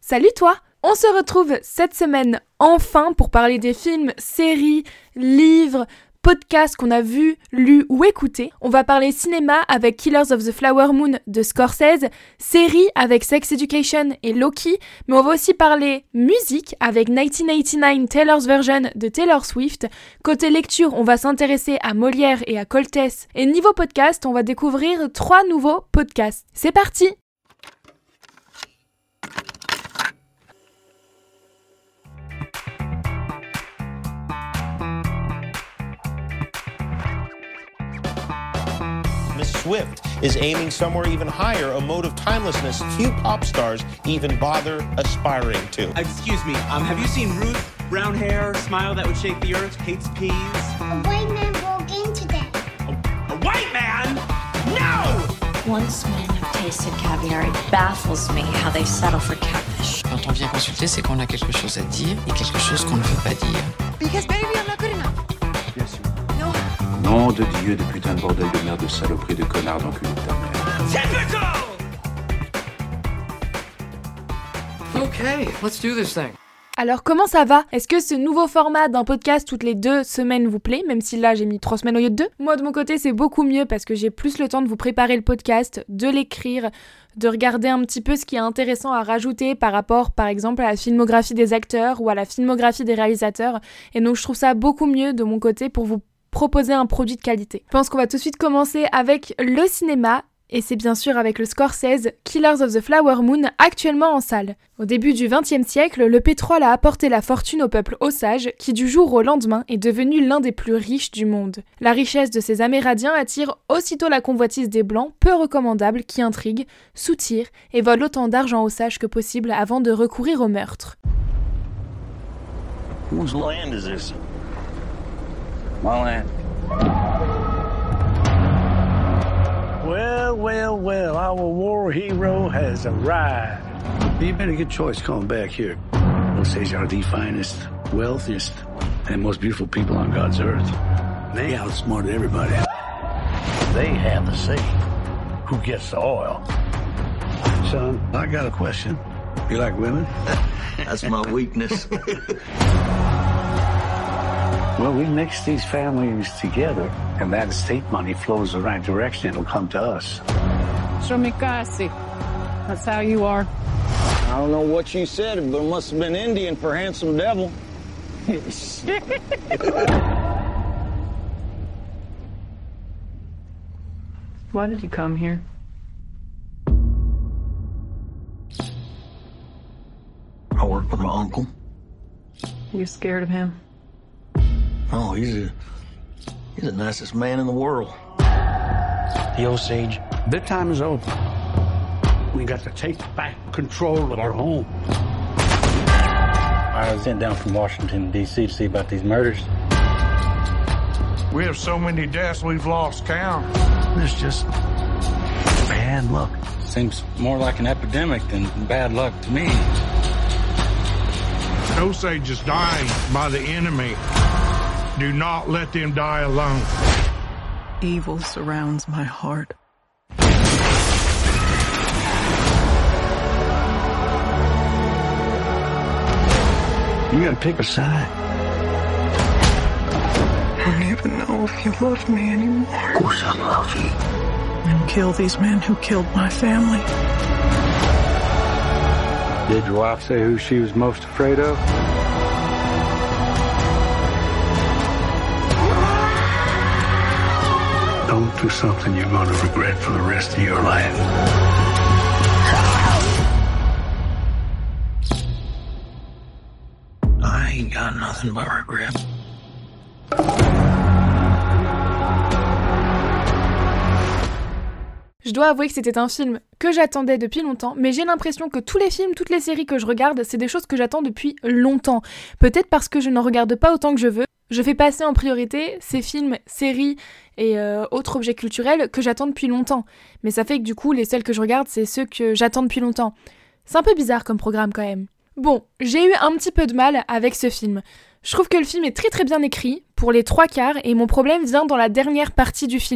Salut toi! On se retrouve cette semaine enfin pour parler des films, séries, livres, podcasts qu'on a vus, lus ou écoutés. On va parler cinéma avec Killers of the Flower Moon de Scorsese, séries avec Sex Education et Loki, mais on va aussi parler musique avec 1989 Taylor's Version de Taylor Swift. Côté lecture, on va s'intéresser à Molière et à Coltès. Et niveau podcast, on va découvrir 3 nouveaux podcasts. C'est parti! Swift is aiming somewhere even higher, a mode of timelessness few pop stars even bother aspiring to. Excuse me, have you seen Ruth? Brown hair, smile that would shake the earth, hates peas. A white man broke in today. A white man? No! Once men have tasted caviar, it baffles me how they settle for catfish. Quand on vient consulter, c'est qu'on a quelque chose à dire et quelque chose qu'on ne veut pas dire. Because baby, I'm not good enough. Bien sûr. No. Nom de Dieu, de putain de bordel de merde, de saloperie, de connard d'enculé de ta mère. Typical! Okay, let's do this thing. Alors comment ça va? Est-ce que ce nouveau format d'un podcast toutes les 2 semaines vous plaît? Même si là j'ai mis 3 semaines au lieu de 2. Moi de mon côté c'est beaucoup mieux parce que j'ai plus le temps de vous préparer le podcast, de l'écrire, de regarder un petit peu ce qui est intéressant à rajouter par rapport par exemple à la filmographie des acteurs ou à la filmographie des réalisateurs. Et donc je trouve ça beaucoup mieux de mon côté pour vous proposer un produit de qualité. Je pense qu'on va tout de suite commencer avec le cinéma. Et c'est bien sûr avec le Scorsese Killers of the Flower Moon actuellement en salle. Au début du XXe siècle, le pétrole a apporté la fortune au peuple osage qui du jour au lendemain est devenu l'un des plus riches du monde. La richesse de ces Amérindiens attire aussitôt la convoitise des Blancs, peu recommandables, qui intriguent, soutirent et volent autant d'argent osage que possible avant de recourir au meurtre. Whose land is this? My land. Well, our war hero has arrived. You made a good choice coming back here. Osage are the finest, wealthiest, and most beautiful people on God's earth. They outsmarted everybody. They have the say. Who gets the oil? Son, I got a question. You like women? That's my weakness. Well, we mix these families together, and that estate money flows the right direction. It'll come to us. Shomikasi. That's how you are. I don't know what you said, but it must have been Indian for handsome devil. Why did you come here? I work with my uncle. You scared of him? Oh, he's the nicest man in the world. The Osage. Their time is over. We got to take back control of our home. I was sent down from Washington, D.C. to see about these murders. We have so many deaths we've lost count. It's just bad luck. Seems more like an epidemic than bad luck to me. Osage is dying by the enemy. Do not let them die alone. Evil surrounds my heart. You gotta pick a side. I don't even know if you love me anymore. Of course I love you. And kill these men who killed my family. Did your wife say who she was most afraid of? Don't do something you're gonna regret for the rest of your life. I ain't got nothing but regret. Je dois avouer que c'était un film que j'attendais depuis longtemps, mais j'ai l'impression que tous les films, toutes les séries que je regarde, c'est des choses que j'attends depuis longtemps. Peut-être parce que je n'en regarde pas autant que je veux. Je fais passer en priorité ces films, séries et autres objets culturels que j'attends depuis longtemps. Mais ça fait que du coup, les seuls que je regarde, c'est ceux que j'attends depuis longtemps. C'est un peu bizarre comme programme quand même. Bon, j'ai eu un petit peu de mal avec ce film. Je trouve que le film est très très bien écrit, pour les 3/4, et mon problème vient dans la dernière partie du film.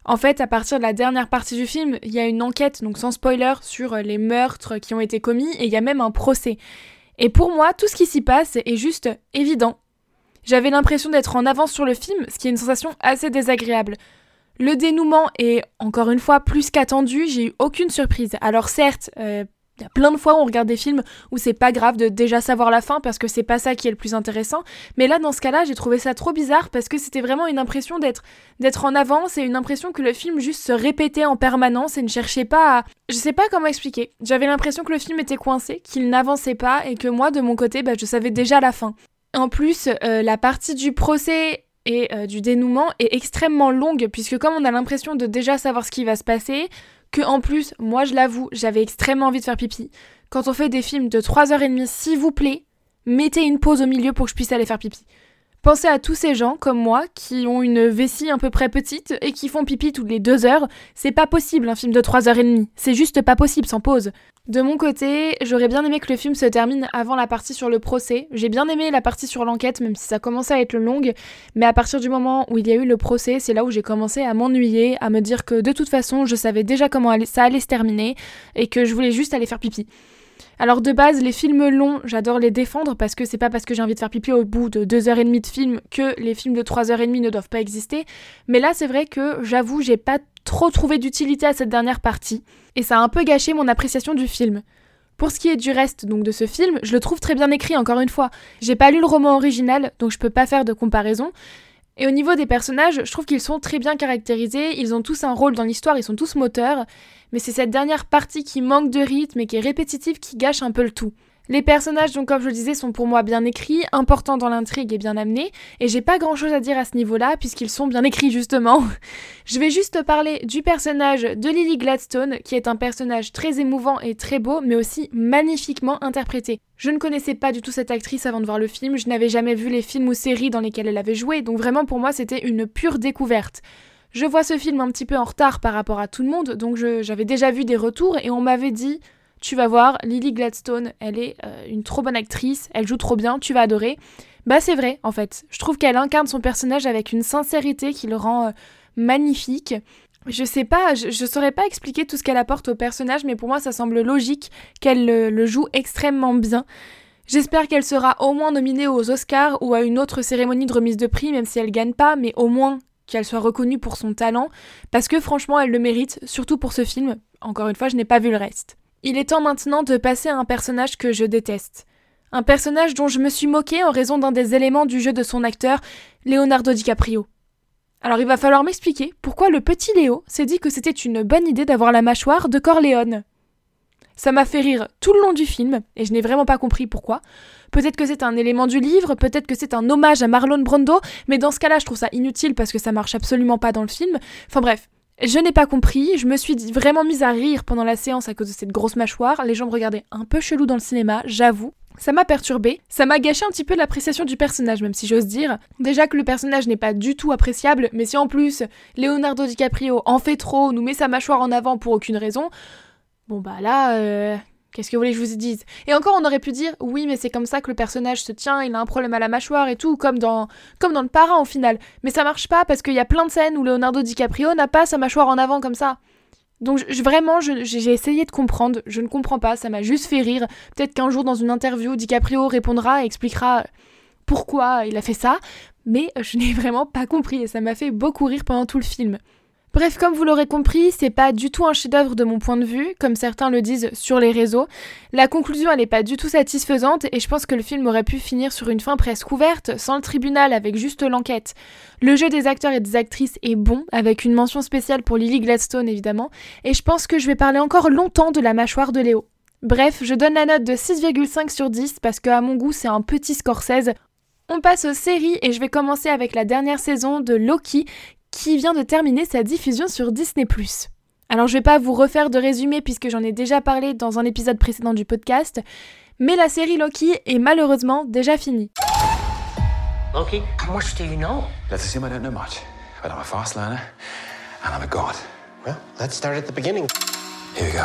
En fait, à partir de la dernière partie du film, il y a une enquête, donc sans spoiler, sur les meurtres qui ont été commis, et il y a même un procès. Et pour moi, tout ce qui s'y passe est juste évident. J'avais l'impression d'être en avance sur le film, ce qui est une sensation assez désagréable. Le dénouement est, encore une fois, plus qu'attendu, j'ai eu aucune surprise. Alors certes, il y a plein de fois où on regarde des films où c'est pas grave de déjà savoir la fin parce que c'est pas ça qui est le plus intéressant. Mais là, dans ce cas-là, j'ai trouvé ça trop bizarre parce que c'était vraiment une impression d'être en avance et une impression que le film juste se répétait en permanence et ne cherchait pas à... Je sais pas comment expliquer. J'avais l'impression que le film était coincé, qu'il n'avançait pas et que moi, de mon côté, je savais déjà la fin. En plus, la partie du procès et du dénouement est extrêmement longue puisque comme on a l'impression de déjà savoir ce qui va se passer... que en plus, moi je l'avoue, j'avais extrêmement envie de faire pipi. Quand on fait des films de 3h30, s'il vous plaît, mettez une pause au milieu pour que je puisse aller faire pipi. Pensez à tous ces gens, comme moi, qui ont une vessie à peu près petite et qui font pipi toutes les 2 heures. C'est pas possible un film de 3h30, c'est juste pas possible sans pause. De mon côté, j'aurais bien aimé que le film se termine avant la partie sur le procès. J'ai bien aimé la partie sur l'enquête, même si ça commençait à être longue. Mais à partir du moment où il y a eu le procès, c'est là où j'ai commencé à m'ennuyer, à me dire que de toute façon, je savais déjà comment ça allait se terminer et que je voulais juste aller faire pipi. Alors de base, les films longs, j'adore les défendre parce que c'est pas parce que j'ai envie de faire pipi au bout de 2h30 de film que les films de 3h30 ne doivent pas exister. Mais là, c'est vrai que j'avoue, j'ai pas trop trouvé d'utilité à cette dernière partie et ça a un peu gâché mon appréciation du film. Pour ce qui est du reste donc de ce film, je le trouve très bien écrit encore une fois. J'ai pas lu le roman original, donc je peux pas faire de comparaison. Et au niveau des personnages, je trouve qu'ils sont très bien caractérisés, ils ont tous un rôle dans l'histoire, ils sont tous moteurs, mais c'est cette dernière partie qui manque de rythme et qui est répétitive qui gâche un peu le tout. Les personnages, donc comme je le disais, sont pour moi bien écrits, importants dans l'intrigue et bien amenés, et j'ai pas grand chose à dire à ce niveau-là, puisqu'ils sont bien écrits justement. Je vais juste parler du personnage de Lily Gladstone, qui est un personnage très émouvant et très beau, mais aussi magnifiquement interprété. Je ne connaissais pas du tout cette actrice avant de voir le film, je n'avais jamais vu les films ou séries dans lesquels elle avait joué, donc vraiment pour moi c'était une pure découverte. Je vois ce film un petit peu en retard par rapport à tout le monde, donc j'avais déjà vu des retours, et on m'avait dit... Tu vas voir, Lily Gladstone, elle est une trop bonne actrice, elle joue trop bien, tu vas adorer. Bah c'est vrai, en fait. Je trouve qu'elle incarne son personnage avec une sincérité qui le rend magnifique. Je sais pas, je saurais pas expliquer tout ce qu'elle apporte au personnage, mais pour moi ça semble logique qu'elle le joue extrêmement bien. J'espère qu'elle sera au moins nominée aux Oscars ou à une autre cérémonie de remise de prix, même si elle gagne pas, mais au moins qu'elle soit reconnue pour son talent, parce que franchement elle le mérite, surtout pour ce film. Encore une fois, je n'ai pas vu le reste. Il est temps maintenant de passer à un personnage que je déteste. Un personnage dont je me suis moquée en raison d'un des éléments du jeu de son acteur, Leonardo DiCaprio. Alors il va falloir m'expliquer pourquoi le petit Léo s'est dit que c'était une bonne idée d'avoir la mâchoire de Corleone. Ça m'a fait rire tout le long du film, et je n'ai vraiment pas compris pourquoi. Peut-être que c'est un élément du livre, peut-être que c'est un hommage à Marlon Brando, mais dans ce cas-là, je trouve ça inutile parce que ça marche absolument pas dans le film. Enfin bref. Je n'ai pas compris, je me suis vraiment mise à rire pendant la séance à cause de cette grosse mâchoire, les gens me regardaient un peu chelou dans le cinéma, j'avoue. Ça m'a perturbée, ça m'a gâché un petit peu l'appréciation du personnage, même si j'ose dire. Déjà que le personnage n'est pas du tout appréciable, mais si en plus Leonardo DiCaprio en fait trop, nous met sa mâchoire en avant pour aucune raison, bon bah là... Qu'est-ce que vous voulez que je vous dise ? Et encore, on aurait pu dire, oui, mais c'est comme ça que le personnage se tient, il a un problème à la mâchoire et tout, comme dans le Parrain au final. Mais ça marche pas parce qu'il y a plein de scènes où Leonardo DiCaprio n'a pas sa mâchoire en avant comme ça. Donc vraiment, j'ai essayé de comprendre, je ne comprends pas, ça m'a juste fait rire. Peut-être qu'un jour dans une interview, DiCaprio répondra et expliquera pourquoi il a fait ça, mais je n'ai vraiment pas compris et ça m'a fait beaucoup rire pendant tout le film. Bref, comme vous l'aurez compris, c'est pas du tout un chef-d'œuvre de mon point de vue, comme certains le disent sur les réseaux. La conclusion, elle est pas du tout satisfaisante et je pense que le film aurait pu finir sur une fin presque ouverte, sans le tribunal, avec juste l'enquête. Le jeu des acteurs et des actrices est bon, avec une mention spéciale pour Lily Gladstone évidemment, et je pense que je vais parler encore longtemps de la mâchoire de Léo. Bref, je donne la note de 6,5 sur 10 parce qu'à mon goût, c'est un petit Scorsese. On passe aux séries et je vais commencer avec la dernière saison de Loki, qui vient de terminer sa diffusion sur Disney+. Alors je vais pas vous refaire de résumé puisque j'en ai déjà parlé dans un épisode précédent du podcast, mais la série Loki est malheureusement déjà finie. Loki, how much do you know? Let's assume I don't know much, but I'm a fast learner and I'm a god. Well, let's start at the beginning. Here we go.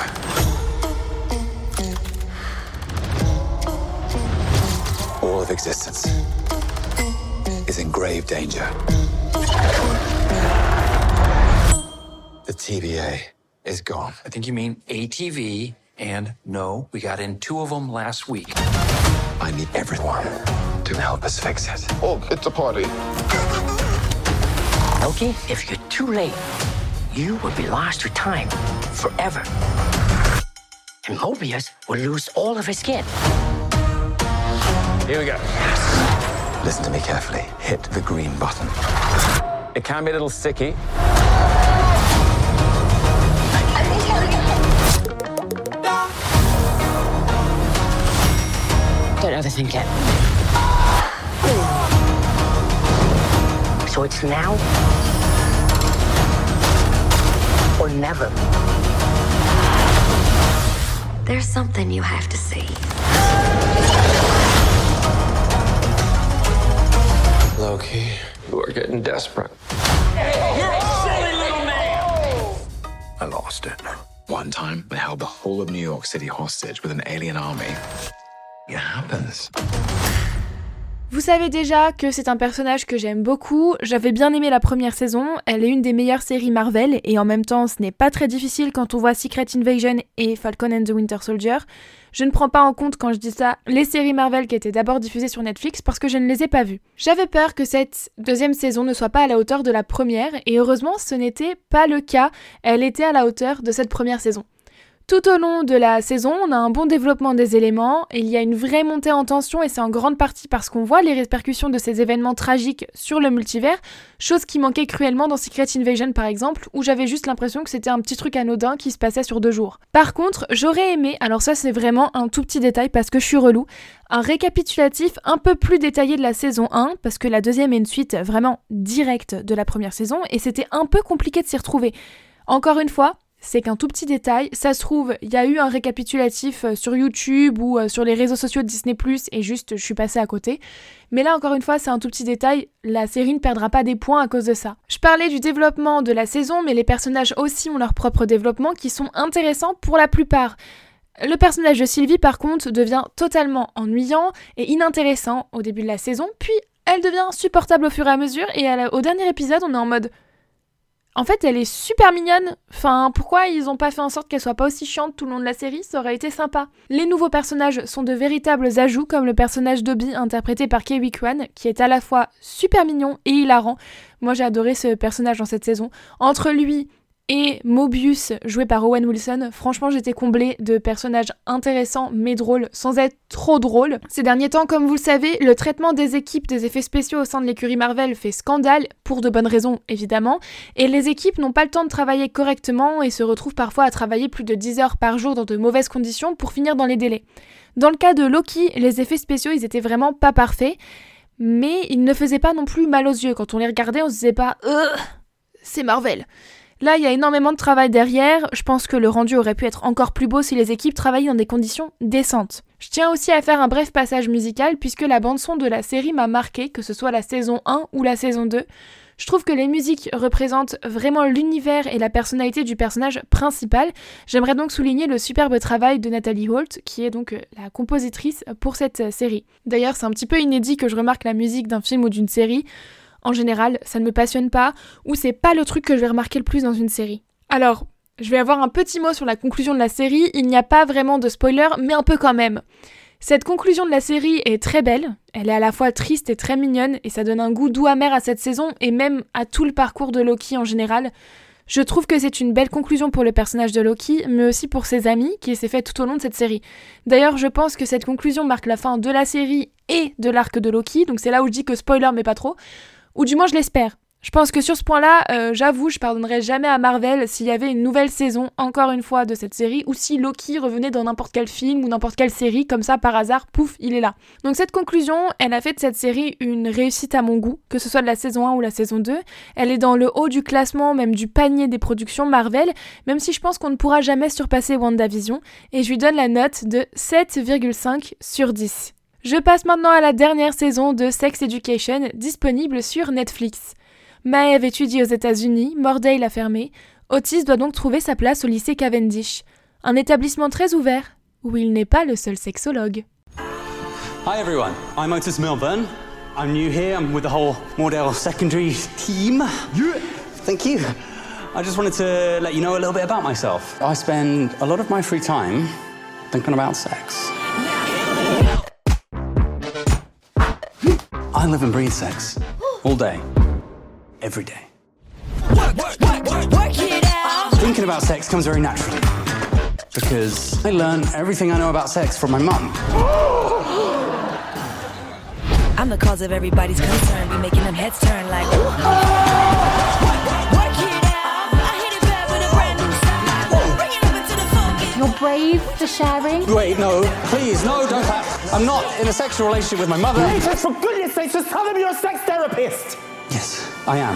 All of existence is in grave danger. The TVA is gone. I think you mean ATV, and no, we got in 2 of them last week. I need everyone to help us fix it. Oh, it's a party. Loki, if you're too late, you will be lost to time forever. And Mobius will lose all of his skin. Here we go. Listen to me carefully. Hit the green button. It can be a little sticky. Don't overthink it. So it's now or never. There's something you have to see. Loki, you are getting desperate. You're a silly little man! I lost it. One time, we held the whole of New York City hostage with an alien army. It happens. Vous savez déjà que c'est un personnage que j'aime beaucoup, j'avais bien aimé la première saison, elle est une des meilleures séries Marvel, et en même temps ce n'est pas très difficile quand on voit Secret Invasion et Falcon and the Winter Soldier. Je ne prends pas en compte quand je dis ça les séries Marvel qui étaient d'abord diffusées sur Netflix parce que je ne les ai pas vues. J'avais peur que cette deuxième saison ne soit pas à la hauteur de la première, et heureusement ce n'était pas le cas, elle était à la hauteur de cette première saison. Tout au long de la saison, on a un bon développement des éléments, et il y a une vraie montée en tension et c'est en grande partie parce qu'on voit les répercussions de ces événements tragiques sur le multivers, chose qui manquait cruellement dans Secret Invasion par exemple, où j'avais juste l'impression que c'était un petit truc anodin qui se passait sur 2 jours. Par contre, j'aurais aimé, alors ça c'est vraiment un tout petit détail parce que je suis relou, un récapitulatif un peu plus détaillé de la saison 1, parce que la deuxième est une suite vraiment directe de la première saison, et c'était un peu compliqué de s'y retrouver. Encore une fois, c'est qu'un tout petit détail, ça se trouve, il y a eu un récapitulatif sur YouTube ou sur les réseaux sociaux de Disney+, et juste je suis passée à côté. Mais là encore une fois, c'est un tout petit détail, la série ne perdra pas des points à cause de ça. Je parlais du développement de la saison, mais les personnages aussi ont leur propre développement qui sont intéressants pour la plupart. Le personnage de Sylvie par contre devient totalement ennuyant et inintéressant au début de la saison, puis elle devient supportable au fur et à mesure, et au dernier épisode on est en mode... En fait, elle est super mignonne. Enfin, pourquoi ils ont pas fait en sorte qu'elle soit pas aussi chiante tout le long de la série? Ça aurait été sympa. Les nouveaux personnages sont de véritables ajouts, comme le personnage d'Obi interprété par Ke Huy Quan, qui est à la fois super mignon et hilarant. Moi, j'ai adoré ce personnage dans cette saison. Entre lui et Mobius, joué par Owen Wilson, franchement j'étais comblée de personnages intéressants mais drôles, sans être trop drôles. Ces derniers temps, comme vous le savez, le traitement des équipes des effets spéciaux au sein de l'écurie Marvel fait scandale, pour de bonnes raisons évidemment, et les équipes n'ont pas le temps de travailler correctement et se retrouvent parfois à travailler plus de 10 heures par jour dans de mauvaises conditions pour finir dans les délais. Dans le cas de Loki, les effets spéciaux ils étaient vraiment pas parfaits, mais ils ne faisaient pas non plus mal aux yeux. Quand on les regardait, on se disait pas « c'est Marvel ». Là, il y a énormément de travail derrière. Je pense que le rendu aurait pu être encore plus beau si les équipes travaillaient dans des conditions décentes. Je tiens aussi à faire un bref passage musical puisque la bande-son de la série m'a marqué, que ce soit la saison 1 ou la saison 2. Je trouve que les musiques représentent vraiment l'univers et la personnalité du personnage principal. J'aimerais donc souligner le superbe travail de Natalie Holt, qui est donc la compositrice pour cette série. D'ailleurs, c'est un petit peu inédit que je remarque la musique d'un film ou d'une série. En général, ça ne me passionne pas, ou c'est pas le truc que je vais remarquer le plus dans une série. Alors, je vais avoir un petit mot sur la conclusion de la série, il n'y a pas vraiment de spoiler, mais un peu quand même. Cette conclusion de la série est très belle, elle est à la fois triste et très mignonne, et ça donne un goût doux amer à cette saison, et même à tout le parcours de Loki en général. Je trouve que c'est une belle conclusion pour le personnage de Loki, mais aussi pour ses amis, qui s'est fait tout au long de cette série. D'ailleurs, je pense que cette conclusion marque la fin de la série et de l'arc de Loki, donc c'est là où je dis que spoiler, mais pas trop. Ou du moins je l'espère. Je pense que sur ce point-là, j'avoue, je pardonnerais jamais à Marvel s'il y avait une nouvelle saison, encore une fois, de cette série, ou si Loki revenait dans n'importe quel film ou n'importe quelle série, comme ça, par hasard, pouf, il est là. Donc cette conclusion, elle a fait de cette série une réussite à mon goût, que ce soit de la saison 1 ou la saison 2. Elle est dans le haut du classement, même du panier des productions Marvel, même si je pense qu'on ne pourra jamais surpasser WandaVision, et je lui donne la note de 7,5 sur 10. Je passe maintenant à la dernière saison de Sex Education, disponible sur Netflix. Maeve étudie aux États-Unis, Mordale a fermé. Otis doit donc trouver sa place au lycée Cavendish, un établissement très ouvert, où il n'est pas le seul sexologue. Hi everyone, I'm Otis Milburn. I'm new here, I'm with the whole Mordale secondary team. Yeah. Thank you. I just wanted to let you know a little bit about myself. I spend a lot of my free time thinking about sex. I live and breathe sex. All day. Every day. Thinking about sex comes very naturally. Because I learned everything I know about sex from my mum. I'm the cause of everybody's concern. Be making them heads turn like. You're brave for sharing. Wait, no, please, no, don't clap. I'm not in a sexual relationship with my mother. Nathan, for goodness sakes, just tell them you're a sex therapist. Yes, I am.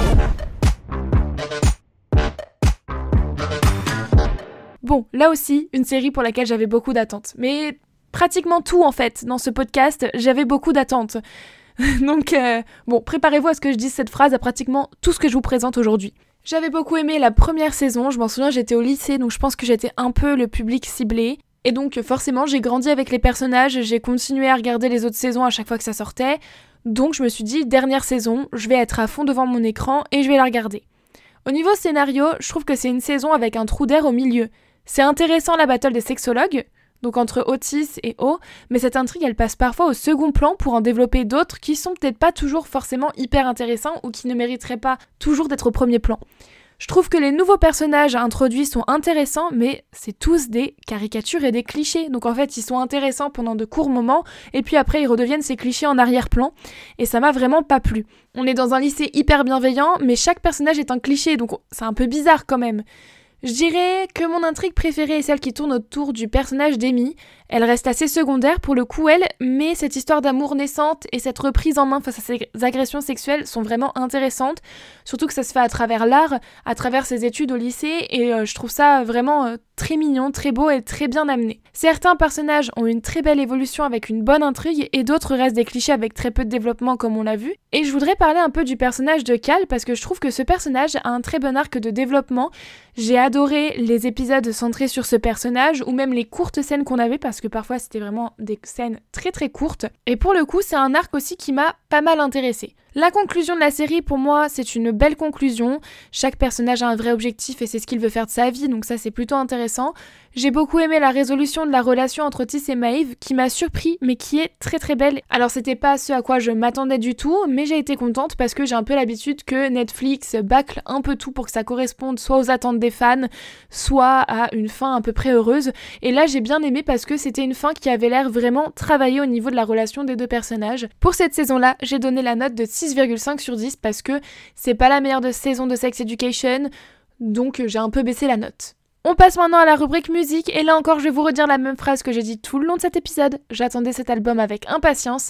Bon, là aussi, une série pour laquelle j'avais beaucoup d'attentes. Mais pratiquement tout, en fait, dans ce podcast, j'avais beaucoup d'attentes. Donc, bon, préparez-vous à ce que je dise cette phrase à pratiquement tout ce que je vous présente aujourd'hui. J'avais beaucoup aimé la première saison, je m'en souviens, j'étais au lycée, donc je pense que j'étais un peu le public ciblé. Et donc, forcément, j'ai grandi avec les personnages, j'ai continué à regarder les autres saisons à chaque fois que ça sortait. Donc, je me suis dit, dernière saison, je vais être à fond devant mon écran et je vais la regarder. Au niveau scénario, je trouve que c'est une saison avec un trou d'air au milieu. C'est intéressant la battle des sexologues, donc entre Otis et O, mais cette intrigue elle passe parfois au second plan pour en développer d'autres qui sont peut-être pas toujours forcément hyper intéressants ou qui ne mériteraient pas toujours d'être au premier plan. Je trouve que les nouveaux personnages introduits sont intéressants, mais c'est tous des caricatures et des clichés, donc en fait ils sont intéressants pendant de courts moments, et puis après ils redeviennent ces clichés en arrière-plan, et ça m'a vraiment pas plu. On est dans un lycée hyper bienveillant, mais chaque personnage est un cliché, donc c'est un peu bizarre quand même. Je dirais que mon intrigue préférée est celle qui tourne autour du personnage d'Amy. Elle reste assez secondaire pour le coup, mais cette histoire d'amour naissante et cette reprise en main face à ces agressions sexuelles sont vraiment intéressantes. Surtout que ça se fait à travers l'art, à travers ses études au lycée, et je trouve ça vraiment très mignon, très beau et très bien amené. Certains personnages ont une très belle évolution avec une bonne intrigue, et d'autres restent des clichés avec très peu de développement comme on l'a vu. Et je voudrais parler un peu du personnage de Cal, parce que je trouve que ce personnage a un très bon arc de développement. J'ai adoré les épisodes centrés sur ce personnage, ou même les courtes scènes qu'on avait, parce que parfois c'était vraiment des scènes très très courtes. Et pour le coup, c'est un arc aussi qui m'a pas mal intéressée. La conclusion de la série, pour moi, c'est une belle conclusion. Chaque personnage a un vrai objectif et c'est ce qu'il veut faire de sa vie, donc ça c'est plutôt intéressant. J'ai beaucoup aimé la résolution de la relation entre Otis et Maeve, qui m'a surpris, mais qui est très très belle. Alors c'était pas ce à quoi je m'attendais du tout, mais j'ai été contente parce que j'ai un peu l'habitude que Netflix bâcle un peu tout pour que ça corresponde soit aux attentes des fans, soit à une fin à peu près heureuse. Et là j'ai bien aimé parce que c'était une fin qui avait l'air vraiment travaillée au niveau de la relation des deux personnages. Pour cette saison-là, j'ai donné la note de 6,5 sur 10 parce que c'est pas la meilleure saison de Sex Education, donc j'ai un peu baissé la note. On passe maintenant à la rubrique musique, et là encore je vais vous redire la même phrase que j'ai dit tout le long de cet épisode. J'attendais cet album avec impatience.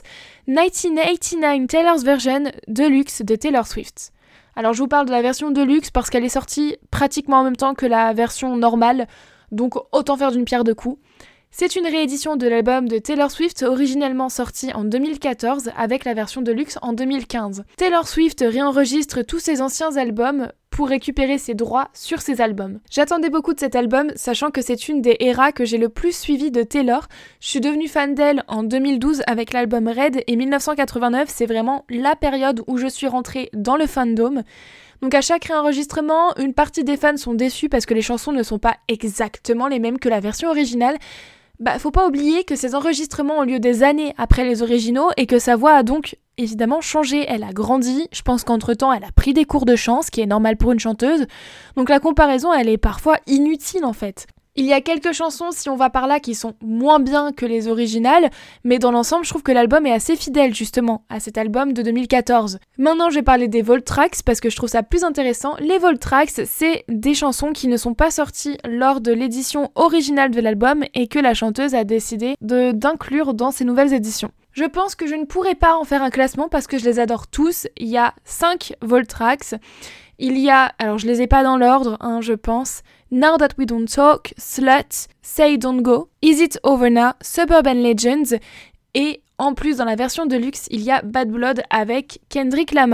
1989 Taylor's Version Deluxe de Taylor Swift. Alors je vous parle de la version Deluxe parce qu'elle est sortie pratiquement en même temps que la version normale, donc autant faire d'une pierre deux coups. C'est une réédition de l'album de Taylor Swift originellement sorti en 2014 avec la version Deluxe en 2015. Taylor Swift réenregistre tous ses anciens albums pour récupérer ses droits sur ses albums. J'attendais beaucoup de cet album, sachant que c'est une des eras que j'ai le plus suivi de Taylor. Je suis devenue fan d'elle en 2012 avec l'album Red, et 1989 c'est vraiment la période où je suis rentrée dans le fandom. Donc à chaque réenregistrement, une partie des fans sont déçus parce que les chansons ne sont pas exactement les mêmes que la version originale. Faut pas oublier que ces enregistrements ont lieu des années après les originaux et que sa voix a donc évidemment changé, elle a grandi, je pense qu'entre-temps elle a pris des cours de chant, ce qui est normal pour une chanteuse, donc la comparaison elle est parfois inutile en fait. Il y a quelques chansons, si on va par là, qui sont moins bien que les originales, mais dans l'ensemble, je trouve que l'album est assez fidèle, justement, à cet album de 2014. Maintenant, je vais parler des Vault Tracks, parce que je trouve ça plus intéressant. Les Vault Tracks, c'est des chansons qui ne sont pas sorties lors de l'édition originale de l'album, et que la chanteuse a décidé d'inclure dans ses nouvelles éditions. Je pense que je ne pourrais pas en faire un classement, parce que je les adore tous. Il y a 5 Vault Tracks. Il y a, alors je les ai pas dans l'ordre, je pense, Now That We Don't Talk, Slut, Say Don't Go, Is It Over Now, Suburban Legends, et en plus dans la version Deluxe, il y a Bad Blood avec Kendrick Lamar.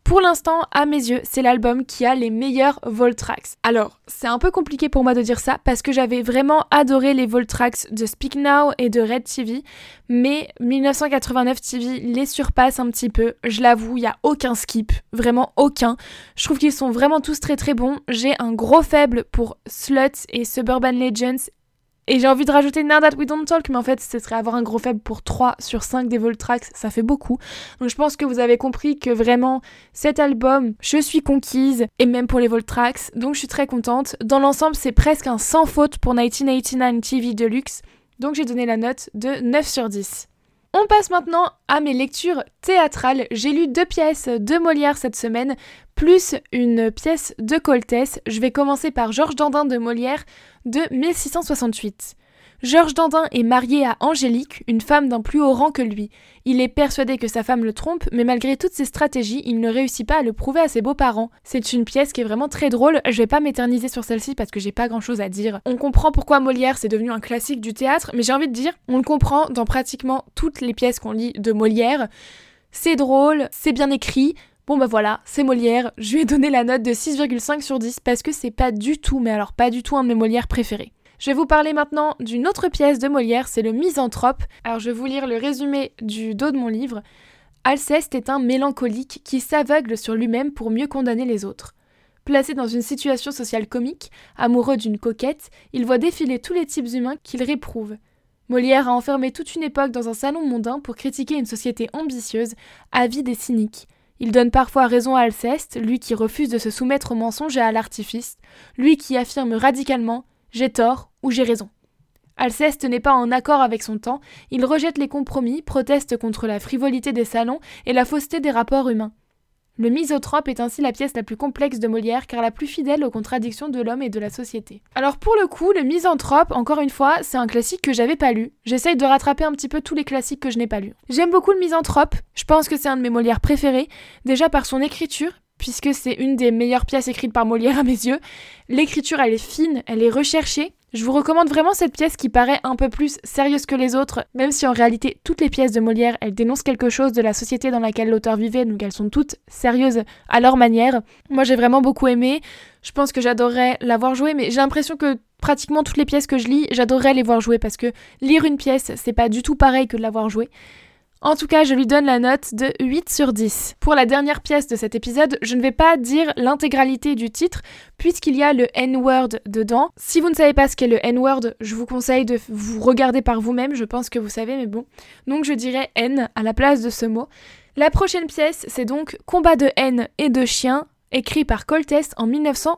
Pour l'instant, à mes yeux, c'est l'album qui a les meilleurs Vault Tracks. Alors, c'est un peu compliqué pour moi de dire ça parce que j'avais vraiment adoré les Vault Tracks de Speak Now et de Red TV, mais 1989 TV les surpasse un petit peu. Je l'avoue, il n'y a aucun skip, vraiment aucun. Je trouve qu'ils sont vraiment tous très très bons. J'ai un gros faible pour Slut et Suburban Legends. Et j'ai envie de rajouter Now That We Don't Talk, mais en fait, ce serait avoir un gros faible pour 3 sur 5 des Vault Tracks, ça fait beaucoup. Donc je pense que vous avez compris que vraiment, cet album, je suis conquise, et même pour les Vault Tracks, donc je suis très contente. Dans l'ensemble, c'est presque un sans faute pour 1989 TV Deluxe, donc j'ai donné la note de 9 sur 10. On passe maintenant à mes lectures théâtrales. J'ai lu 2 pièces de Molière cette semaine, plus une pièce de Coltès. Je vais commencer par Georges Dandin de Molière de 1668. Georges Dandin est marié à Angélique, une femme d'un plus haut rang que lui. Il est persuadé que sa femme le trompe, mais malgré toutes ses stratégies, il ne réussit pas à le prouver à ses beaux-parents. C'est une pièce qui est vraiment très drôle, je vais pas m'éterniser sur celle-ci parce que j'ai pas grand-chose à dire. On comprend pourquoi Molière c'est devenu un classique du théâtre, mais j'ai envie de dire, on le comprend dans pratiquement toutes les pièces qu'on lit de Molière. C'est drôle, c'est bien écrit. Bon bah voilà, c'est Molière, je lui ai donné la note de 6,5 sur 10 parce que c'est pas du tout, mais alors pas du tout un de mes Molières préférés. Je vais vous parler maintenant d'une autre pièce de Molière, c'est le Misanthrope. Alors je vais vous lire le résumé du dos de mon livre. Alceste est un mélancolique qui s'aveugle sur lui-même pour mieux condamner les autres. Placé dans une situation sociale comique, amoureux d'une coquette, il voit défiler tous les types humains qu'il réprouve. Molière a enfermé toute une époque dans un salon mondain pour critiquer une société ambitieuse, avide et cynique. Il donne parfois raison à Alceste, lui qui refuse de se soumettre au mensonge et à l'artifice, lui qui affirme radicalement « j'ai tort » ou « j'ai raison ». Alceste n'est pas en accord avec son temps, il rejette les compromis, proteste contre la frivolité des salons et la fausseté des rapports humains. Le Misanthrope est ainsi la pièce la plus complexe de Molière car la plus fidèle aux contradictions de l'homme et de la société. Alors pour le coup, le Misanthrope, encore une fois, c'est un classique que j'avais pas lu. J'essaye de rattraper un petit peu tous les classiques que je n'ai pas lus. J'aime beaucoup le Misanthrope, je pense que c'est un de mes Molières préférés, déjà par son écriture, puisque c'est une des meilleures pièces écrites par Molière à mes yeux. L'écriture, elle est fine, elle est recherchée. Je vous recommande vraiment cette pièce qui paraît un peu plus sérieuse que les autres, même si en réalité toutes les pièces de Molière, elles dénoncent quelque chose de la société dans laquelle l'auteur vivait, donc elles sont toutes sérieuses à leur manière. Moi j'ai vraiment beaucoup aimé, je pense que j'adorerais l'avoir joué, mais j'ai l'impression que pratiquement toutes les pièces que je lis, j'adorerais les voir jouer, parce que lire une pièce, c'est pas du tout pareil que de l'avoir jouée. En tout cas, je lui donne la note de 8 sur 10. Pour la dernière pièce de cet épisode, je ne vais pas dire l'intégralité du titre, puisqu'il y a le N-word dedans. Si vous ne savez pas ce qu'est le N-word, je vous conseille de vous regarder par vous-même, je pense que vous savez, mais bon. Donc je dirais N à la place de ce mot. La prochaine pièce, c'est donc Combat de haine et de chien, écrit par Coltès en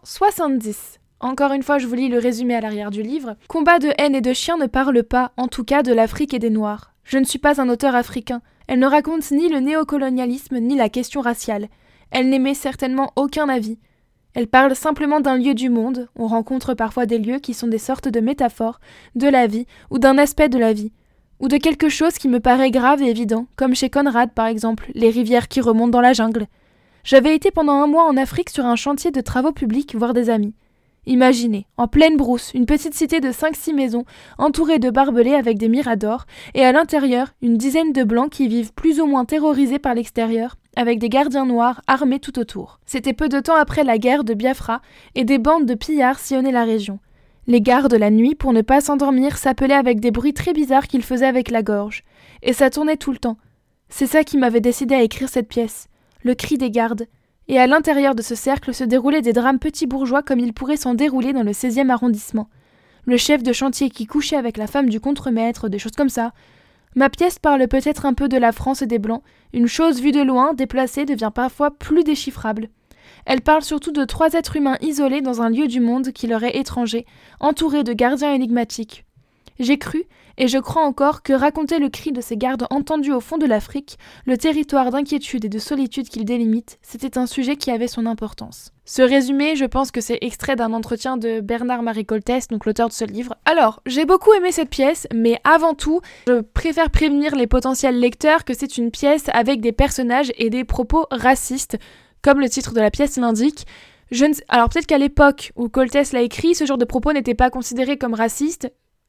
1970. Encore une fois, je vous lis le résumé à l'arrière du livre. Combat de haine et de chien ne parle pas, en tout cas, de l'Afrique et des Noirs. Je ne suis pas un auteur africain. Elle ne raconte ni le néocolonialisme ni la question raciale. Elle n'émet certainement aucun avis. Elle parle simplement d'un lieu du monde. On rencontre parfois des lieux qui sont des sortes de métaphores de la vie ou d'un aspect de la vie. Ou de quelque chose qui me paraît grave et évident, comme chez Conrad par exemple, les rivières qui remontent dans la jungle. J'avais été pendant 1 mois en Afrique sur un chantier de travaux publics voir des amis. Imaginez, en pleine brousse, une petite cité de 5-6 maisons, entourée de barbelés avec des miradors, et à l'intérieur, une dizaine de blancs qui vivent plus ou moins terrorisés par l'extérieur, avec des gardiens noirs armés tout autour. C'était peu de temps après la guerre de Biafra, et des bandes de pillards sillonnaient la région. Les gardes, la nuit, pour ne pas s'endormir, s'appelaient avec des bruits très bizarres qu'ils faisaient avec la gorge. Et ça tournait tout le temps. C'est ça qui m'avait décidé à écrire cette pièce. Le cri des gardes. Et à l'intérieur de ce cercle se déroulaient des drames petits bourgeois comme il pourrait s'en dérouler dans le 16e arrondissement. Le chef de chantier qui couchait avec la femme du contremaître, des choses comme ça. Ma pièce parle peut-être un peu de la France et des Blancs. Une chose vue de loin, déplacée, devient parfois plus déchiffrable. Elle parle surtout de 3 êtres humains isolés dans un lieu du monde qui leur est étranger, entourés de gardiens énigmatiques. J'ai cru, et je crois encore, que raconter le cri de ces gardes entendus au fond de l'Afrique, le territoire d'inquiétude et de solitude qu'ils délimitent, c'était un sujet qui avait son importance. Ce résumé, je pense que c'est extrait d'un entretien de Bernard-Marie Coltès, donc l'auteur de ce livre. Alors, j'ai beaucoup aimé cette pièce, mais avant tout, je préfère prévenir les potentiels lecteurs que c'est une pièce avec des personnages et des propos racistes, comme le titre de la pièce l'indique. Alors peut-être qu'à l'époque où Coltès l'a écrit, ce genre de propos n'était pas considéré comme raciste.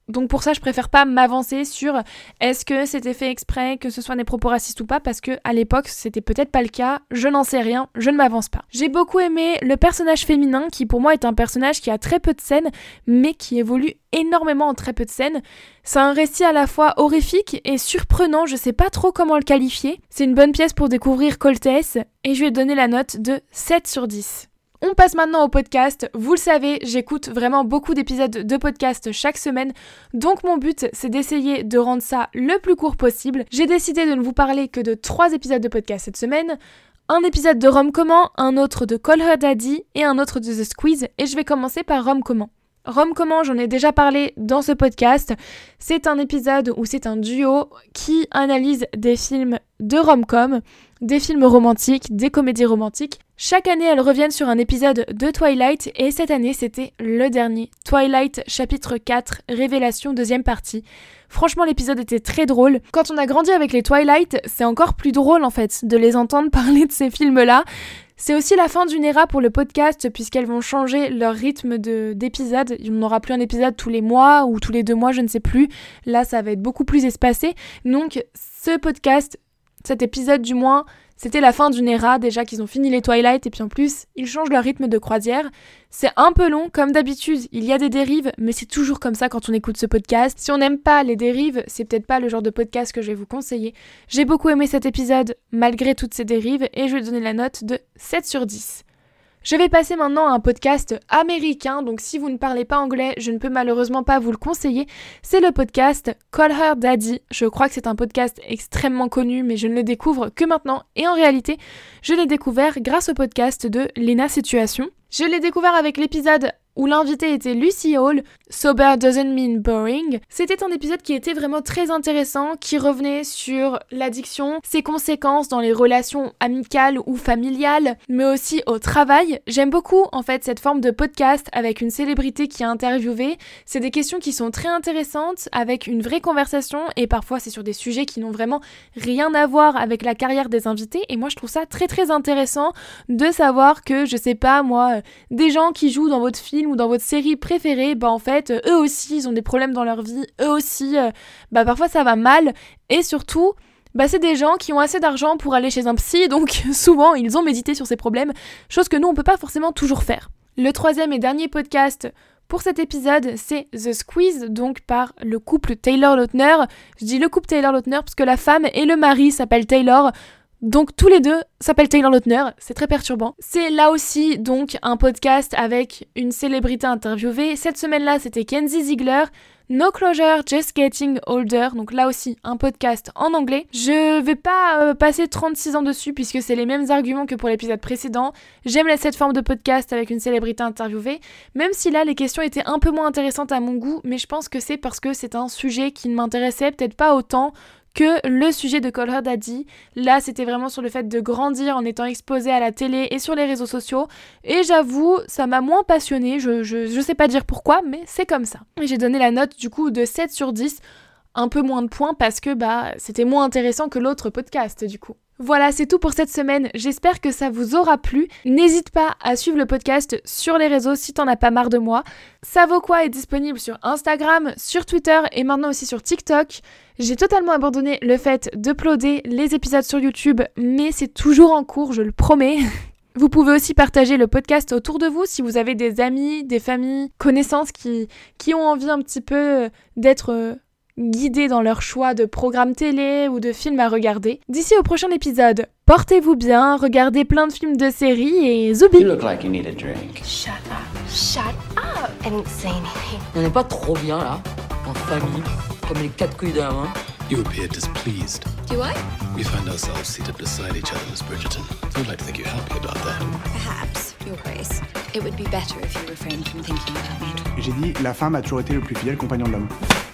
Donc pour ça, je préfère pas m'avancer sur est-ce que c'était fait exprès, que ce soit des propos racistes ou pas, parce que à l'époque, c'était peut-être pas le cas, je n'en sais rien, je ne m'avance pas. J'ai beaucoup aimé le personnage féminin, qui pour moi est un personnage qui a très peu de scènes, mais qui évolue énormément en très peu de scènes. C'est un récit à la fois horrifique et surprenant, je sais pas trop comment le qualifier. C'est une bonne pièce pour découvrir Coltès, et je lui ai donné la note de 7 sur 10. On passe maintenant au podcast. Vous le savez, j'écoute vraiment beaucoup d'épisodes de podcast chaque semaine, donc mon but c'est d'essayer de rendre ça le plus court possible. J'ai décidé de ne vous parler que de 3 épisodes de podcast cette semaine. Un épisode de Rom-Comment, un autre de Call Her Daddy et un autre de The Squeeze, et je vais commencer par Rom-Comment. Rom-Comment, j'en ai déjà parlé dans ce podcast. C'est un épisode où c'est un duo qui analyse des films de rom-com, des films romantiques, des comédies romantiques. Chaque année, elles reviennent sur un épisode de Twilight et cette année, c'était le dernier. Twilight, chapitre 4, Révélation, deuxième partie. Franchement, l'épisode était très drôle. Quand on a grandi avec les Twilight, c'est encore plus drôle en fait de les entendre parler de ces films-là. C'est aussi la fin d'une ère pour le podcast puisqu'elles vont changer leur rythme d'épisodes. Il n'y aura plus un épisode tous les mois ou tous les 2 mois, je ne sais plus. Là, ça va être beaucoup plus espacé. Donc, ce podcast, cet épisode du moins, c'était la fin d'une ère, déjà qu'ils ont fini les Twilight et puis en plus, ils changent leur rythme de croisière. C'est un peu long, comme d'habitude, il y a des dérives, mais c'est toujours comme ça quand on écoute ce podcast. Si on n'aime pas les dérives, c'est peut-être pas le genre de podcast que je vais vous conseiller. J'ai beaucoup aimé cet épisode, malgré toutes ces dérives, et je vais donner la note de 7 sur 10. Je vais passer maintenant à un podcast américain, donc si vous ne parlez pas anglais, je ne peux malheureusement pas vous le conseiller. C'est le podcast Call Her Daddy. Je crois que c'est un podcast extrêmement connu, mais je ne le découvre que maintenant. Et en réalité, je l'ai découvert grâce au podcast de Lena Situation. Je l'ai découvert avec l'épisode où l'invité était Lucy Hall, Sober Doesn't Mean Boring. C'était un épisode qui était vraiment très intéressant, qui revenait sur l'addiction, ses conséquences dans les relations amicales ou familiales, mais aussi au travail. J'aime beaucoup en fait cette forme de podcast avec une célébrité qui est interviewée. C'est des questions qui sont très intéressantes, avec une vraie conversation, et parfois c'est sur des sujets qui n'ont vraiment rien à voir avec la carrière des invités, et moi je trouve ça très très intéressant de savoir que, je sais pas moi, des gens qui jouent dans votre film ou dans votre série préférée, en fait, eux aussi, ils ont des problèmes dans leur vie, eux aussi, parfois ça va mal, et surtout, c'est des gens qui ont assez d'argent pour aller chez un psy, donc souvent, ils ont médité sur ces problèmes, chose que nous, on peut pas forcément toujours faire. Le 3e et dernier podcast pour cet épisode, c'est The Squeeze, donc par le couple Taylor-Lautner. Je dis le couple Taylor-Lautner parce que la femme et le mari s'appellent Taylor, donc tous les deux s'appellent Taylor-Lautner, c'est très perturbant. C'est là aussi donc un podcast avec une célébrité interviewée. Cette semaine-là, c'était Kenzie Ziegler, No Closure, Just Getting Older, donc là aussi un podcast en anglais. Je vais pas passer 36 ans dessus puisque c'est les mêmes arguments que pour l'épisode précédent. J'aime cette forme de podcast avec une célébrité interviewée, même si là les questions étaient un peu moins intéressantes à mon goût, mais je pense que c'est parce que c'est un sujet qui ne m'intéressait peut-être pas autant que le sujet de Call Her Daddy. Là, c'était vraiment sur le fait de grandir en étant exposé à la télé et sur les réseaux sociaux. Et j'avoue, ça m'a moins passionnée. Je sais pas dire pourquoi, mais c'est comme ça. Et j'ai donné la note du coup de 7 sur 10. Un peu moins de points parce que c'était moins intéressant que l'autre podcast du coup. Voilà, c'est tout pour cette semaine. J'espère que ça vous aura plu. N'hésite pas à suivre le podcast sur les réseaux si t'en as pas marre de moi. Ça vaut quoi est disponible sur Instagram, sur Twitter et maintenant aussi sur TikTok. J'ai totalement abandonné le fait d'uploader les épisodes sur YouTube, mais c'est toujours en cours, je le promets. Vous pouvez aussi partager le podcast autour de vous si vous avez des amis, des familles, connaissances qui ont envie un petit peu d'être guidés dans leur choix de programmes télé ou de films à regarder. D'ici au prochain épisode, portez-vous bien, regardez plein de films de séries et zoubi! You look like you need a drink. Shut up. Shut up. I didn't say anything. On n'est pas trop bien là, en famille, comme les 4 couilles d'un main. You appear displeased. Do I? We find ourselves seated beside each other, Miss Bridgerton. I'd like to think you're happy about that. Perhaps, Your Grace. It would be better if you refrained from thinking about me. J'ai dit, la femme a toujours été le plus fidèle compagnon de l'homme.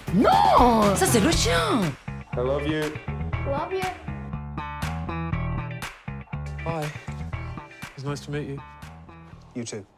Non, ça c'est le chien. I love you. Love you. Hi. It's nice to meet you. You too.